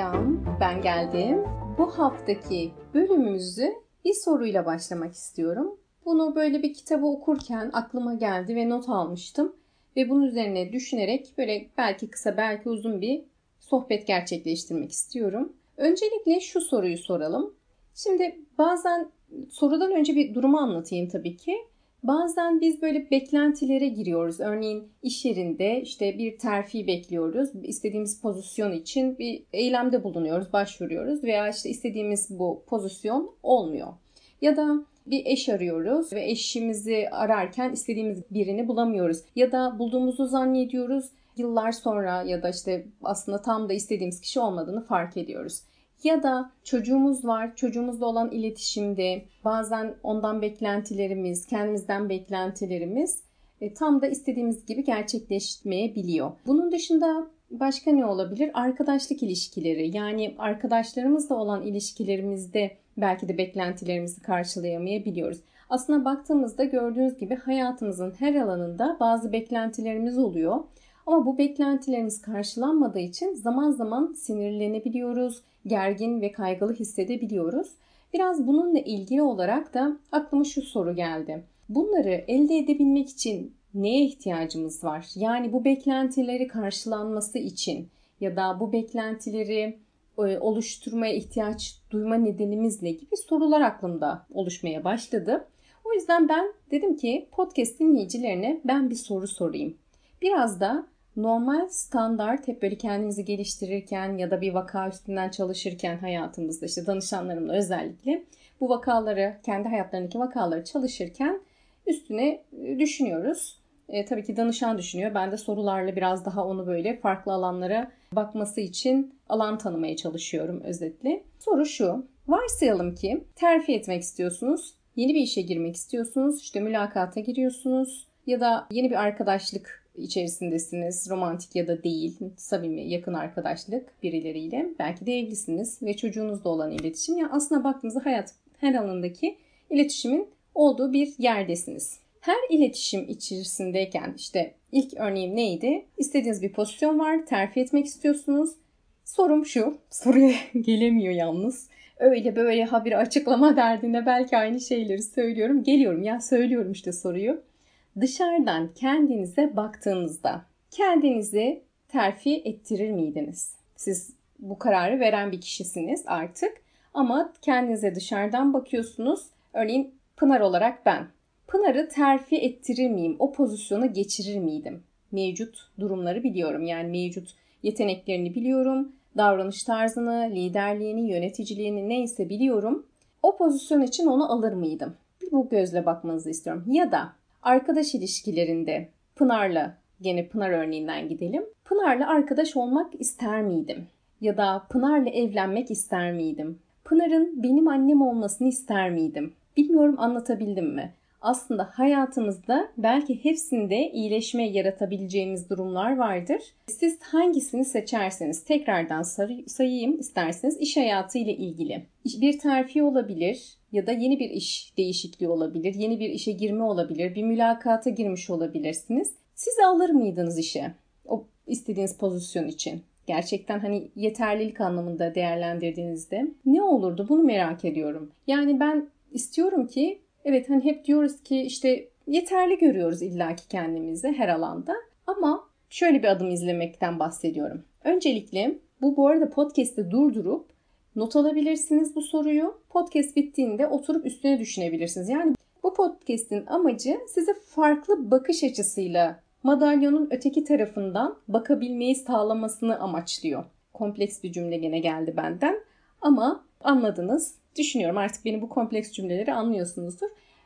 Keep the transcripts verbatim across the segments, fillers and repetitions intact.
Selam, ben geldim. Bu haftaki bölümümüzü bir soruyla başlamak istiyorum. Bunu böyle bir kitabı okurken aklıma geldi ve not almıştım. Ve bunun üzerine düşünerek böyle belki kısa belki uzun bir sohbet gerçekleştirmek istiyorum. Öncelikle şu soruyu soralım. Şimdi bazen sorudan önce bir durumu anlatayım tabii ki. Bazen biz böyle beklentilere giriyoruz. Örneğin iş yerinde işte bir terfi bekliyoruz. İstediğimiz pozisyon için bir eylemde bulunuyoruz, başvuruyoruz veya işte istediğimiz bu pozisyon olmuyor. Ya da bir eş arıyoruz ve eşimizi ararken istediğimiz birini bulamıyoruz. Ya da bulduğumuzu zannediyoruz. Yıllar sonra ya da işte aslında tam da istediğimiz kişi olmadığını fark ediyoruz. Ya da çocuğumuz var, çocuğumuzla olan iletişimde bazen ondan beklentilerimiz, kendimizden beklentilerimiz e, tam da istediğimiz gibi gerçekleşmeyebiliyor. Bunun dışında başka ne olabilir? Arkadaşlık ilişkileri, yani arkadaşlarımızla olan ilişkilerimizde belki de beklentilerimizi karşılayamayabiliyoruz. Aslına baktığımızda gördüğünüz gibi hayatımızın her alanında bazı beklentilerimiz oluyor. Ama bu beklentilerimiz karşılanmadığı için zaman zaman sinirlenebiliyoruz, gergin ve kaygılı hissedebiliyoruz. Biraz bununla ilgili olarak da aklıma şu soru geldi. Bunları elde edebilmek için neye ihtiyacımız var? Yani bu beklentileri karşılanması için ya da bu beklentileri oluşturmaya ihtiyaç duyma nedenimiz ne gibi sorular aklımda oluşmaya başladı. O yüzden ben dedim ki podcast dinleyicilerine ben bir soru sorayım. Biraz da normal, standart, hep böyle kendimizi geliştirirken ya da bir vaka üstünden çalışırken hayatımızda işte danışanlarımla özellikle bu vakaları, kendi hayatlarındaki vakaları çalışırken üstüne düşünüyoruz. E, tabii ki danışan düşünüyor. Ben de sorularla biraz daha onu böyle farklı alanlara bakması için alan tanımaya çalışıyorum özetle. Soru şu. Varsayalım ki terfi etmek istiyorsunuz. Yeni bir işe girmek istiyorsunuz. İşte mülakata giriyorsunuz. Ya da yeni bir arkadaşlık içerisindesiniz. Romantik ya da değil. Samimi, yakın arkadaşlık birileriyle. Belki de evlisiniz ve çocuğunuzla olan iletişim. Yani aslına baktığınızda hayat her alanındaki iletişimin olduğu bir yerdesiniz. Her iletişim içerisindeyken işte ilk örneğim neydi? İstediğiniz bir pozisyon var, terfi etmek istiyorsunuz. Sorum şu, soruya gelemiyor yalnız. Öyle böyle habire açıklama derdinde belki aynı şeyleri söylüyorum. Geliyorum ya söylüyorum işte soruyu. Dışarıdan kendinize baktığınızda kendinizi terfi ettirir miydiniz? Siz bu kararı veren bir kişisiniz artık ama kendinize dışarıdan bakıyorsunuz. Örneğin Pınar olarak ben. Pınar'ı terfi ettirir miyim? O pozisyonu geçirir miydim? Mevcut durumları biliyorum. Yani mevcut yeteneklerini biliyorum. Davranış tarzını, liderliğini, yöneticiliğini neyse biliyorum. O pozisyon için onu alır mıydım? Bir bu gözle bakmanızı istiyorum. Ya da arkadaş ilişkilerinde Pınar'la, gene Pınar örneğinden gidelim. Pınar'la arkadaş olmak ister miydim? Ya da Pınar'la evlenmek ister miydim? Pınar'ın benim annem olmasını ister miydim? Bilmiyorum anlatabildim mi? Aslında hayatımızda belki hepsinde iyileşme yaratabileceğimiz durumlar vardır. Siz hangisini seçerseniz tekrardan sayayım isterseniz iş hayatı ile ilgili. Bir terfi olabilir ya da yeni bir iş değişikliği olabilir, yeni bir işe girme olabilir, bir mülakata girmiş olabilirsiniz. Siz alır mıydınız işe o istediğiniz pozisyon için? Gerçekten hani yeterlilik anlamında değerlendirdiğinizde ne olurdu bunu merak ediyorum. Yani ben istiyorum ki evet hani hep diyoruz ki işte yeterli görüyoruz illaki kendimizi her alanda ama şöyle bir adım izlemekten bahsediyorum. Öncelikle bu bu arada podcast'te durdurup not alabilirsiniz bu soruyu. Podcast bittiğinde oturup üstüne düşünebilirsiniz. Yani bu podcast'in amacı size farklı bakış açısıyla madalyonun öteki tarafından bakabilmeyi sağlamasını amaçlıyor. Kompleks bir cümle gene geldi benden ama anladınız. Düşünüyorum artık beni bu kompleks cümleleri anlıyorsunuzdur.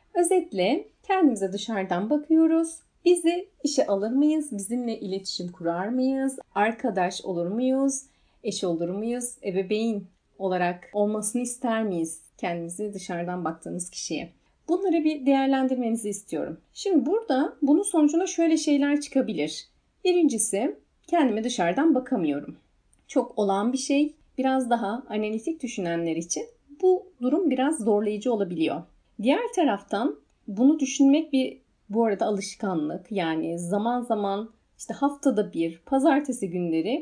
Özetle kendimize dışarıdan bakıyoruz. Bizi işe alır mıyız? Bizimle iletişim kurar mıyız? Arkadaş olur muyuz? Eş olur muyuz? Ebeveyn olarak olmasını ister miyiz? Kendinizi dışarıdan baktığınız kişiye. Bunları bir değerlendirmenizi istiyorum. Şimdi burada bunun sonucunda şöyle şeyler çıkabilir. Birincisi kendime dışarıdan bakamıyorum. Çok olağan bir şey. Biraz daha analitik düşünenler için bu durum biraz zorlayıcı olabiliyor. Diğer taraftan bunu düşünmek bir bu arada alışkanlık. Yani zaman zaman işte haftada bir pazartesi günleri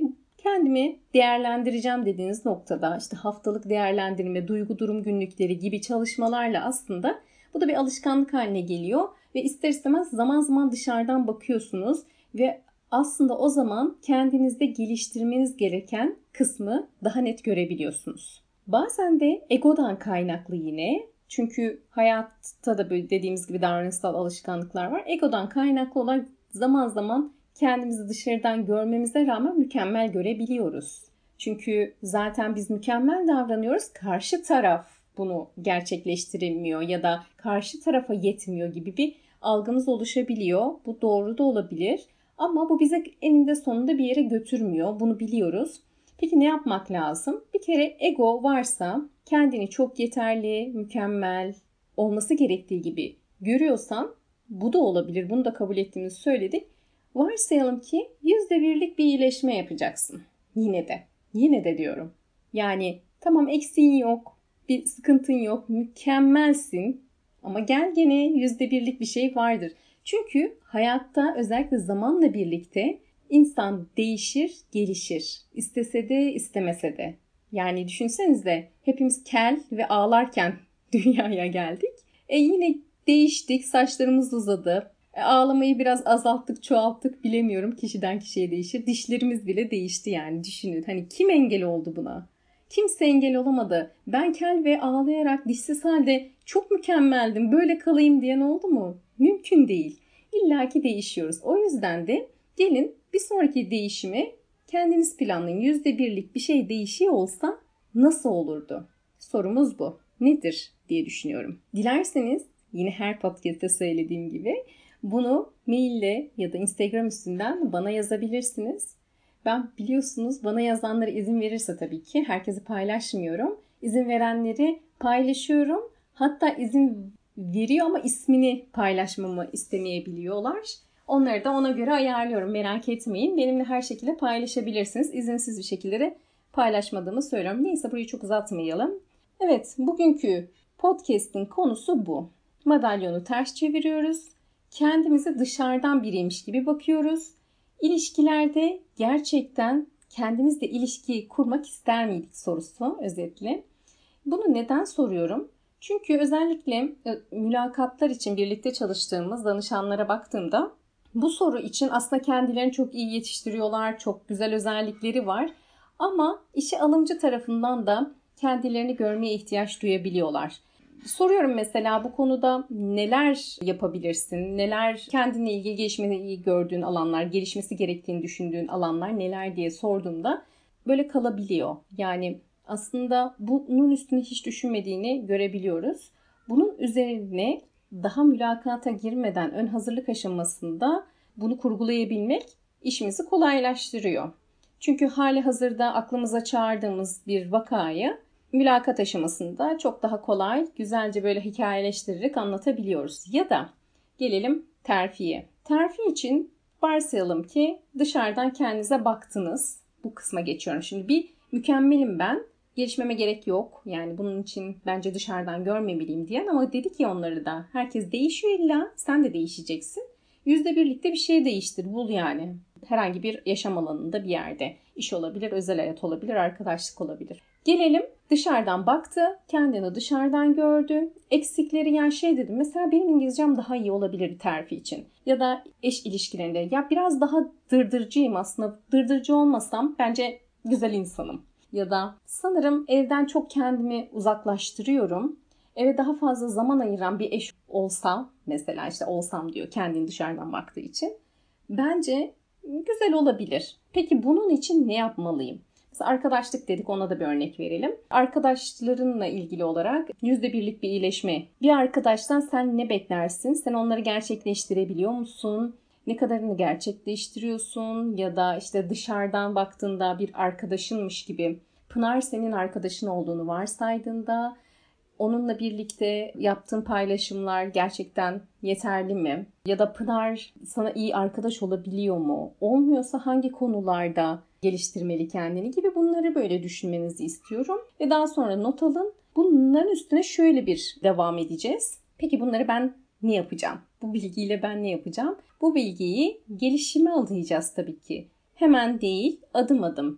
Kendimi değerlendireceğim dediğiniz noktada işte haftalık değerlendirme, duygu durum günlükleri gibi çalışmalarla aslında bu da bir alışkanlık haline geliyor ve ister istemez zaman zaman dışarıdan bakıyorsunuz ve aslında o zaman kendinizde geliştirmeniz gereken kısmı daha net görebiliyorsunuz. Bazen de egodan kaynaklı yine, çünkü hayatta da böyle dediğimiz gibi davranışsal alışkanlıklar var. Egodan kaynaklı olarak zaman zaman kendimizi dışarıdan görmemize rağmen mükemmel görebiliyoruz. Çünkü zaten biz mükemmel davranıyoruz. Karşı taraf bunu gerçekleştiremiyor ya da karşı tarafa yetmiyor gibi bir algımız oluşabiliyor. Bu doğru da olabilir. Ama bu bize eninde sonunda bir yere götürmüyor. Bunu biliyoruz. Peki ne yapmak lazım? Bir kere ego varsa, kendini çok yeterli, mükemmel, olması gerektiği gibi görüyorsan, bu da olabilir. Bunu da kabul ettiğimizi söyledik. Varsayalım ki yüzde birlik bir iyileşme yapacaksın. Yine de. Yine de diyorum. Yani tamam, eksiğin yok, bir sıkıntın yok, mükemmelsin. Ama gel gene yüzde birlik bir şey vardır. Çünkü hayatta özellikle zamanla birlikte insan değişir, gelişir. İstese de istemese de. Yani düşünsenize, hepimiz kel ve ağlarken dünyaya geldik. E yine değiştik, saçlarımız uzadı. E ağlamayı biraz azalttık, çoğalttık, bilemiyorum. Kişiden kişiye değişir. Dişlerimiz bile değişti yani, düşünün. Hani kim engel oldu buna? Kimse engel olamadı. Ben kel ve ağlayarak dişsiz halde çok mükemmeldim, böyle kalayım diyen oldu mu? Mümkün değil. İlla ki değişiyoruz. O yüzden de gelin bir sonraki değişimi kendiniz planlayın. Yüzde birlik bir şey değişiyor olsa nasıl olurdu? Sorumuz bu. Nedir diye düşünüyorum. Dilerseniz yine her podcast'te söylediğim gibi bunu maille ya da Instagram üstünden bana yazabilirsiniz. Ben biliyorsunuz bana yazanlara izin verirse tabii ki herkesi paylaşmıyorum. İzin verenleri paylaşıyorum. Hatta izin veriyor ama ismini paylaşmamı istemeyebiliyorlar. Onları da ona göre ayarlıyorum. Merak etmeyin. Benimle her şekilde paylaşabilirsiniz. İzinsiz bir şekilde de paylaşmadığımı söylüyorum. Neyse, burayı çok uzatmayalım. Evet, bugünkü podcast'in konusu bu. Madalyonu ters çeviriyoruz. Kendimize dışarıdan biriymiş gibi bakıyoruz. İlişkilerde gerçekten kendimizle ilişki kurmak ister miydik sorusu özetle. Bunu neden soruyorum? Çünkü özellikle mülakatlar için birlikte çalıştığımız danışanlara baktığımda bu soru için aslında kendilerini çok iyi yetiştiriyorlar, çok güzel özellikleri var. Ama işe alımcı tarafından da kendilerini görmeye ihtiyaç duyabiliyorlar. Soruyorum mesela, bu konuda neler yapabilirsin, neler kendinle ilgili gelişmeyi gördüğün alanlar, gelişmesi gerektiğini düşündüğün alanlar neler diye sorduğumda böyle kalabiliyor. Yani aslında bunun üstüne hiç düşünmediğini görebiliyoruz. Bunun üzerine daha mülakata girmeden ön hazırlık aşamasında bunu kurgulayabilmek işimizi kolaylaştırıyor. Çünkü hali hazırda aklımıza çağırdığımız bir vakayı mülakat aşamasında çok daha kolay, güzelce böyle hikayeleştirerek anlatabiliyoruz. Ya da gelelim terfiye. Terfi için varsayalım ki dışarıdan kendinize baktınız. Bu kısma geçiyorum. Şimdi bir mükemmelim ben, gelişmeme gerek yok. Yani bunun için bence dışarıdan görmemeliyim diyen, ama dedik ya onları da. Herkes değişiyor illa, sen de değişeceksin. Yüzde birlikte bir şey değiştir, bul yani. Herhangi bir yaşam alanında bir yerde. İş olabilir, özel hayat olabilir, arkadaşlık olabilir. Gelelim dışarıdan baktı, kendini dışarıdan gördü. Eksikleri, yani şey dedim, mesela benim İngilizcem daha iyi olabilir terfi için. Ya da eş ilişkilerinde ya biraz daha dırdırcıyım aslında. Dırdırcı olmasam bence güzel insanım. Ya da sanırım evden çok kendimi uzaklaştırıyorum. Eve daha fazla zaman ayıran bir eş olsa, mesela işte olsam diyor kendini dışarıdan baktığı için. Bence güzel olabilir. Peki bunun için ne yapmalıyım? Mesela arkadaşlık dedik, ona da bir örnek verelim. Arkadaşlarınla ilgili olarak yüzde birlik bir iyileşme. Bir arkadaştan sen ne beklersin? Sen onları gerçekleştirebiliyor musun? Ne kadarını gerçekleştiriyorsun? Ya da işte dışarıdan baktığında bir arkadaşınmış gibi Pınar senin arkadaşın olduğunu varsaydığında onunla birlikte yaptığın paylaşımlar gerçekten yeterli mi? Ya da Pınar sana iyi arkadaş olabiliyor mu? Olmuyorsa hangi konularda geliştirmeli kendini gibi, bunları böyle düşünmenizi istiyorum. Ve daha sonra not alın. Bunların üstüne şöyle bir devam edeceğiz. Peki bunları ben ne yapacağım? Bu bilgiyle ben ne yapacağım? Bu bilgiyi gelişime alacağız tabii ki. Hemen değil, adım adım.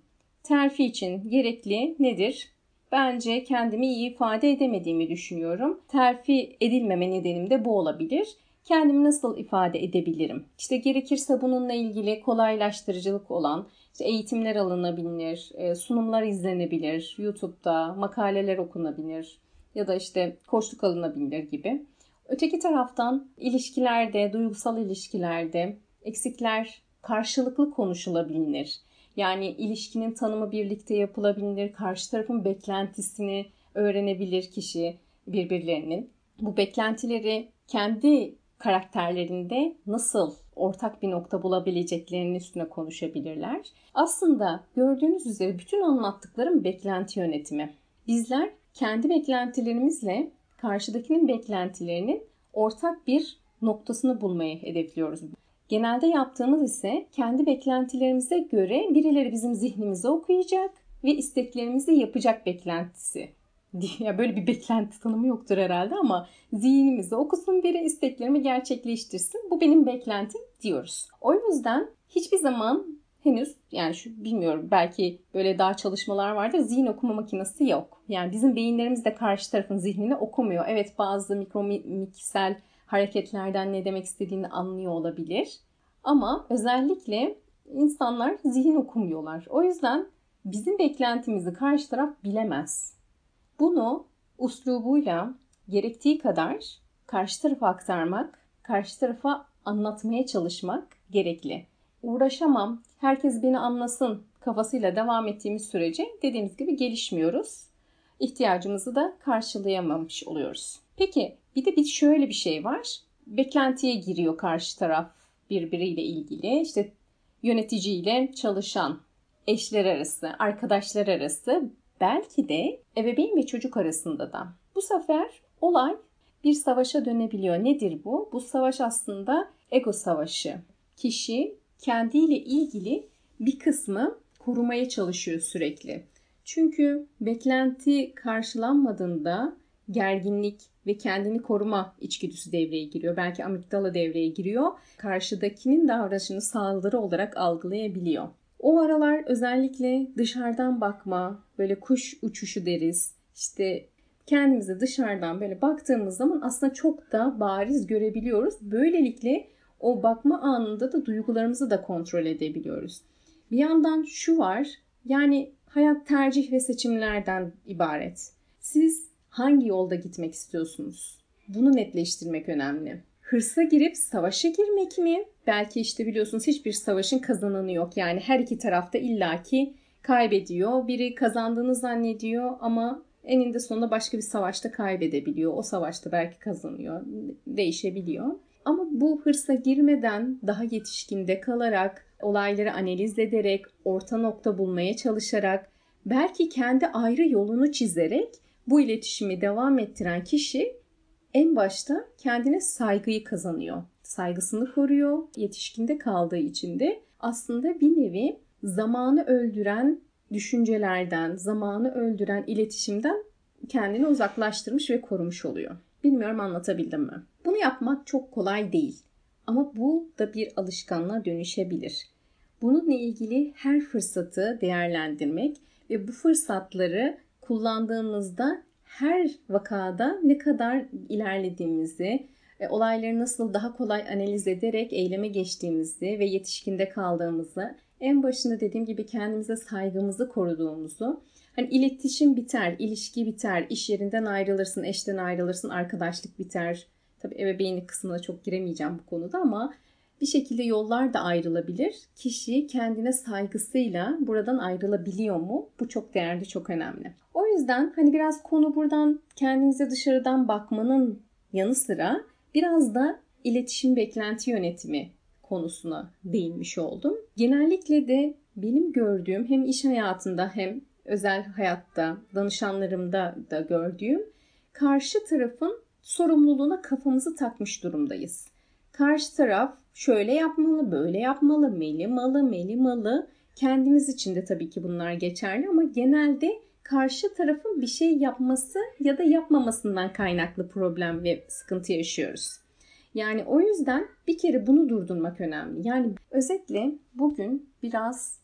terfi için gerekli nedir? Bence kendimi iyi ifade edemediğimi düşünüyorum. Terfi edilmeme nedenim de bu olabilir. Kendimi nasıl ifade edebilirim? İşte gerekirse bununla ilgili kolaylaştırıcılık olan işte eğitimler alınabilir, sunumlar izlenebilir, YouTube'da makaleler okunabilir ya da işte koçluk alınabilir gibi. Öteki taraftan ilişkilerde, duygusal ilişkilerde eksikler karşılıklı konuşulabilir. Yani ilişkinin tanımı birlikte yapılabilir, karşı tarafın beklentisini öğrenebilir kişi birbirlerinin. Bu beklentileri kendi karakterlerinde nasıl ortak bir nokta bulabileceklerinin üstüne konuşabilirler. Aslında gördüğünüz üzere bütün anlattıklarım beklenti yönetimi. Bizler kendi beklentilerimizle karşıdakinin beklentilerinin ortak bir noktasını bulmayı hedefliyoruz. Genelde yaptığımız ise kendi beklentilerimize göre birileri bizim zihnimizi okuyacak ve isteklerimizi yapacak beklentisi. Ya böyle bir beklenti tanımı yoktur herhalde ama zihnimizi okusun biri, isteklerimi gerçekleştirsin. Bu benim beklentim diyoruz. O yüzden hiçbir zaman henüz yani şu bilmiyorum belki böyle daha çalışmalar vardır. Zihin okuma makinesi yok. Yani bizim beyinlerimiz de karşı tarafın zihnini okumuyor. Evet bazı mikromikisel hareketlerden ne demek istediğini anlıyor olabilir. Ama özellikle insanlar zihin okumuyorlar. O yüzden bizim beklentimizi karşı taraf bilemez. Bunu uslubuyla gerektiği kadar karşı tarafa aktarmak, karşı tarafa anlatmaya çalışmak gerekli. Uğraşamam, herkes beni anlasın kafasıyla devam ettiğimiz sürece dediğimiz gibi gelişmiyoruz. İhtiyacımızı da karşılayamamış oluyoruz. Peki bir de bir şöyle bir şey var. Beklentiye giriyor karşı taraf birbiriyle ilgili. İşte yöneticiyle çalışan, eşler arası, arkadaşlar arası, belki de ebeveyn ve çocuk arasında da. Bu sefer olay bir savaşa dönebiliyor. Nedir bu? Bu savaş aslında ego savaşı. Kişi kendiyle ilgili bir kısmı korumaya çalışıyor sürekli. Çünkü beklenti karşılanmadığında gerginlik ve kendini koruma içgüdüsü devreye giriyor. Belki amigdala devreye giriyor. Karşıdakinin davranışını saldırı olarak algılayabiliyor. O aralar özellikle dışarıdan bakma, böyle kuş uçuşu deriz. İşte kendimize dışarıdan böyle baktığımız zaman aslında çok da bariz görebiliyoruz. Böylelikle o bakma anında da duygularımızı da kontrol edebiliyoruz. Bir yandan şu var, yani hayat tercih ve seçimlerden ibaret. Siz hangi yolda gitmek istiyorsunuz? Bunu netleştirmek önemli. Hırsa girip savaşa girmek mi? Belki işte biliyorsunuz hiçbir savaşın kazananı yok. Yani her iki tarafta illaki kaybediyor. Biri kazandığını zannediyor ama eninde sonunda başka bir savaşta kaybedebiliyor. O savaşta belki kazanıyor. Değişebiliyor. Ama bu hırsa girmeden daha yetişkinde kalarak, olayları analiz ederek, orta nokta bulmaya çalışarak, belki kendi ayrı yolunu çizerek bu iletişimi devam ettiren kişi en başta kendine saygıyı kazanıyor. Saygısını koruyor. Yetişkinde kaldığı için de aslında bir nevi zamanı öldüren düşüncelerden, zamanı öldüren iletişimden kendini uzaklaştırmış ve korumuş oluyor. Bilmiyorum anlatabildim mi? Bunu yapmak çok kolay değil. Ama bu da bir alışkanlığa dönüşebilir. Bununla ilgili her fırsatı değerlendirmek ve bu fırsatları kullandığımızda her vakada ne kadar ilerlediğimizi, olayları nasıl daha kolay analiz ederek eyleme geçtiğimizi ve yetişkinde kaldığımızı, en başında dediğim gibi kendimize saygımızı koruduğumuzu, hani iletişim biter, ilişki biter, iş yerinden ayrılırsın, eşten ayrılırsın, arkadaşlık biter. Tabii ebeveynlik kısmına çok giremeyeceğim bu konuda ama bir şekilde yollar da ayrılabilir. Kişi kendine saygısıyla buradan ayrılabiliyor mu? Bu çok değerli, çok önemli. O yüzden hani biraz konu buradan kendinize dışarıdan bakmanın yanı sıra biraz da iletişim beklenti yönetimi konusuna değinmiş oldum. Genellikle de benim gördüğüm hem iş hayatında hem özel hayatta, danışanlarımda da gördüğüm karşı tarafın sorumluluğuna kafamızı takmış durumdayız. Karşı taraf şöyle yapmalı, böyle yapmalı, meli malı, meli malı. Kendimiz için de tabii ki bunlar geçerli ama genelde karşı tarafın bir şey yapması ya da yapmamasından kaynaklı problem ve sıkıntı yaşıyoruz. Yani o yüzden bir kere bunu durdurmak önemli. Yani özetle bugün biraz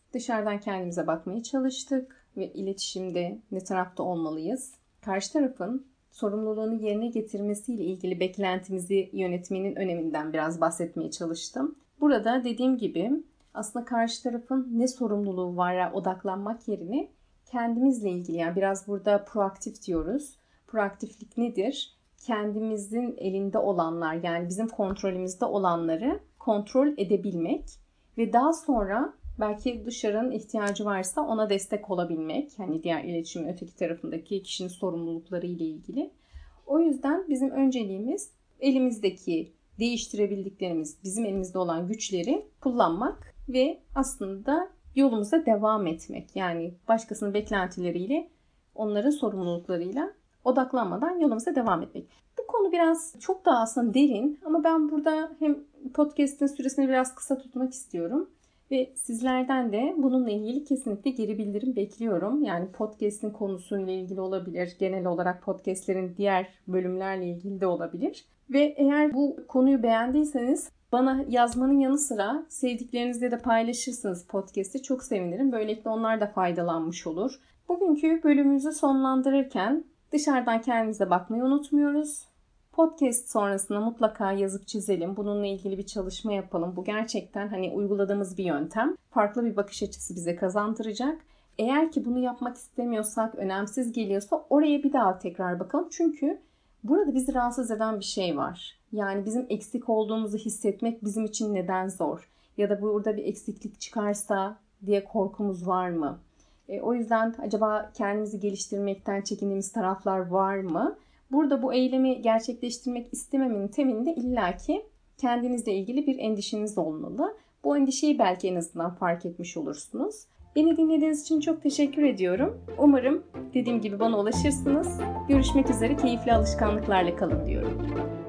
Dışarıdan kendimize bakmaya çalıştık ve iletişimde ne tarafta olmalıyız? Karşı tarafın sorumluluğunu yerine getirmesiyle ilgili beklentimizi yönetmenin öneminden biraz bahsetmeye çalıştım. Burada dediğim gibi aslında karşı tarafın ne sorumluluğu var'a odaklanmak yerine kendimizle ilgili, yani biraz burada proaktif diyoruz. Proaktiflik nedir? Kendimizin elinde olanlar, yani bizim kontrolümüzde olanları kontrol edebilmek ve daha sonra belki dışarının ihtiyacı varsa ona destek olabilmek. Hani diğer iletişimin öteki tarafındaki kişinin sorumlulukları ile ilgili. O yüzden bizim önceliğimiz elimizdeki değiştirebildiklerimiz, bizim elimizde olan güçleri kullanmak ve aslında yolumuza devam etmek. Yani başkasının beklentileriyle, onların sorumluluklarıyla odaklanmadan yolumuza devam etmek. Bu konu biraz çok daha aslında derin ama ben burada hem podcast'in süresini biraz kısa tutmak istiyorum. Ve sizlerden de bununla ilgili kesinlikle geri bildirim bekliyorum. Yani podcast'in konusuyla ilgili olabilir. Genel olarak podcast'lerin diğer bölümlerle ilgili de olabilir. Ve eğer bu konuyu beğendiyseniz bana yazmanın yanı sıra sevdiklerinizle de paylaşırsanız podcast'i çok sevinirim. Böylelikle onlar da faydalanmış olur. Bugünkü bölümümüzü sonlandırırken dışarıdan kendimize bakmayı unutmuyoruz. Podcast sonrasında mutlaka yazıp çizelim. Bununla ilgili bir çalışma yapalım. Bu gerçekten hani uyguladığımız bir yöntem. Farklı bir bakış açısı bize kazandıracak. Eğer ki bunu yapmak istemiyorsak, önemsiz geliyorsa oraya bir daha tekrar bakalım. Çünkü burada bizi rahatsız eden bir şey var. Yani bizim eksik olduğumuzu hissetmek bizim için neden zor? Ya da burada bir eksiklik çıkarsa diye korkumuz var mı? E, o yüzden acaba kendimizi geliştirmekten çekindiğimiz taraflar var mı? Burada bu eylemi gerçekleştirmek istememenin temelinde illaki kendinizle ilgili bir endişeniz olmalı. Bu endişeyi belki en azından fark etmiş olursunuz. Beni dinlediğiniz için çok teşekkür ediyorum. Umarım dediğim gibi bana ulaşırsınız. Görüşmek üzere, keyifli alışkanlıklarla kalın diyorum.